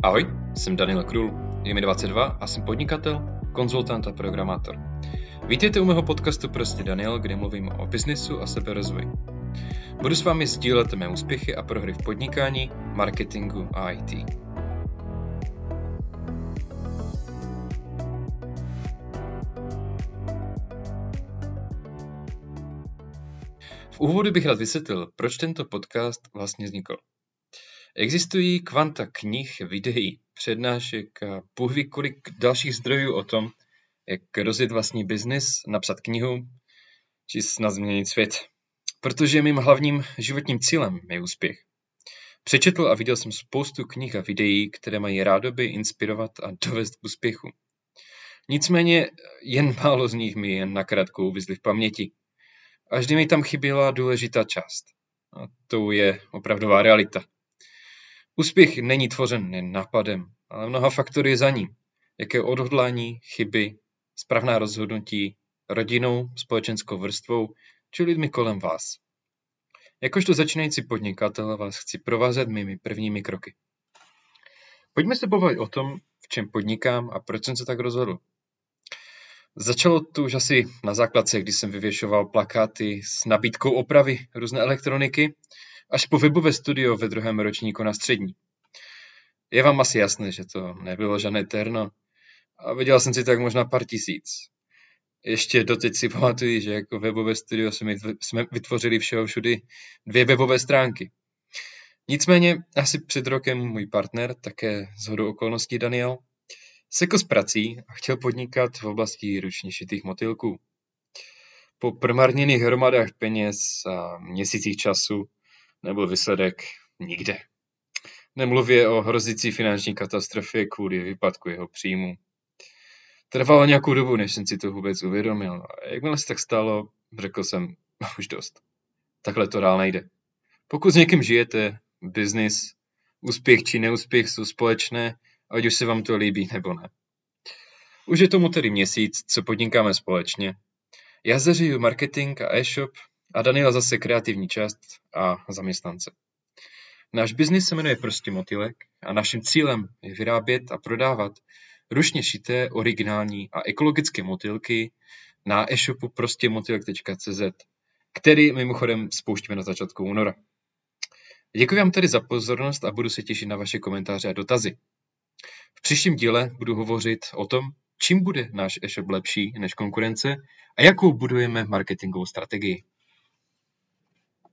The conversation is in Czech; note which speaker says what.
Speaker 1: Ahoj, jsem Daniel Krul, je mi 22 a jsem podnikatel, konzultant a programátor. Vítejte u mého podcastu Prostě Daniel, kde mluvím o biznisu a seberozvoji. Budu s vámi sdílet mé úspěchy a prohry v podnikání, marketingu a IT. V úvodu bych rád vysvětlil, proč tento podcast vlastně vznikl. Existují kvanta knih, videí, přednášek a bůh ví kolik dalších zdrojů o tom, jak rozjet vlastní biznis, napsat knihu, či snad změnit svět. Protože mým hlavním životním cílem je úspěch. Přečetl a viděl jsem spoustu knih a videí, které mají rádoby inspirovat a dovést k úspěchu. Nicméně jen málo z nich mi jen nakrátko uvízly v paměti. A vždy mi tam chyběla důležitá část. A to je opravdová realita. Úspěch není tvořen jen nápadem, ale mnoha faktory za ním, jaké odhodlání, chyby, správná rozhodnutí, rodinou, společenskou vrstvou či lidmi kolem vás. Jakožto začínající podnikatel vás chci provázet mými prvními kroky. Pojďme se pobavit o tom, v čem podnikám a proč jsem se tak rozhodl. Začalo to už asi na základce, kdy jsem vyvěšoval plakáty s nabídkou opravy různé elektroniky, až po webové studio ve 2. ročníku na střední. Je vám asi jasné, že to nebylo žádné terno a vydělal jsem si tak možná pár tisíc. Ještě doteď si pamatuju, že jako webové studio jsme vytvořili všeho všudy 2 webové stránky. Nicméně asi před rokem můj partner, také shodou okolností Daniel, sekl s prací a chtěl podnikat v oblasti ručně šitých motýlků. Po promarněných hromadách peněz a měsících času nebyl výsledek nikde. Nemluvě o hrozící finanční katastrofě kvůli výpadku jeho příjmu. Trvalo nějakou dobu, než jsem si to vůbec uvědomil. A jakmile se tak stalo, řekl jsem, už dost. Takhle to dál nejde. Pokud s někým žijete, biznis, úspěch či neúspěch jsou společné, ať už se vám to líbí nebo ne. Už je tomu tedy měsíc, co podnikáme společně. Já zařiju marketing a e-shop a Daniela zase kreativní část a zaměstnance. Náš biznis se jmenuje Prostě motýlek a naším cílem je vyrábět a prodávat ručně šité, originální a ekologické motýlky na e-shopu prostěmotýlek.cz, který mimochodem spouštíme na začátku února. Děkuji vám tedy za pozornost a budu se těšit na vaše komentáře a dotazy. V příštím díle budu hovořit o tom, čím bude náš e-shop lepší než konkurence a jakou budujeme marketingovou strategii.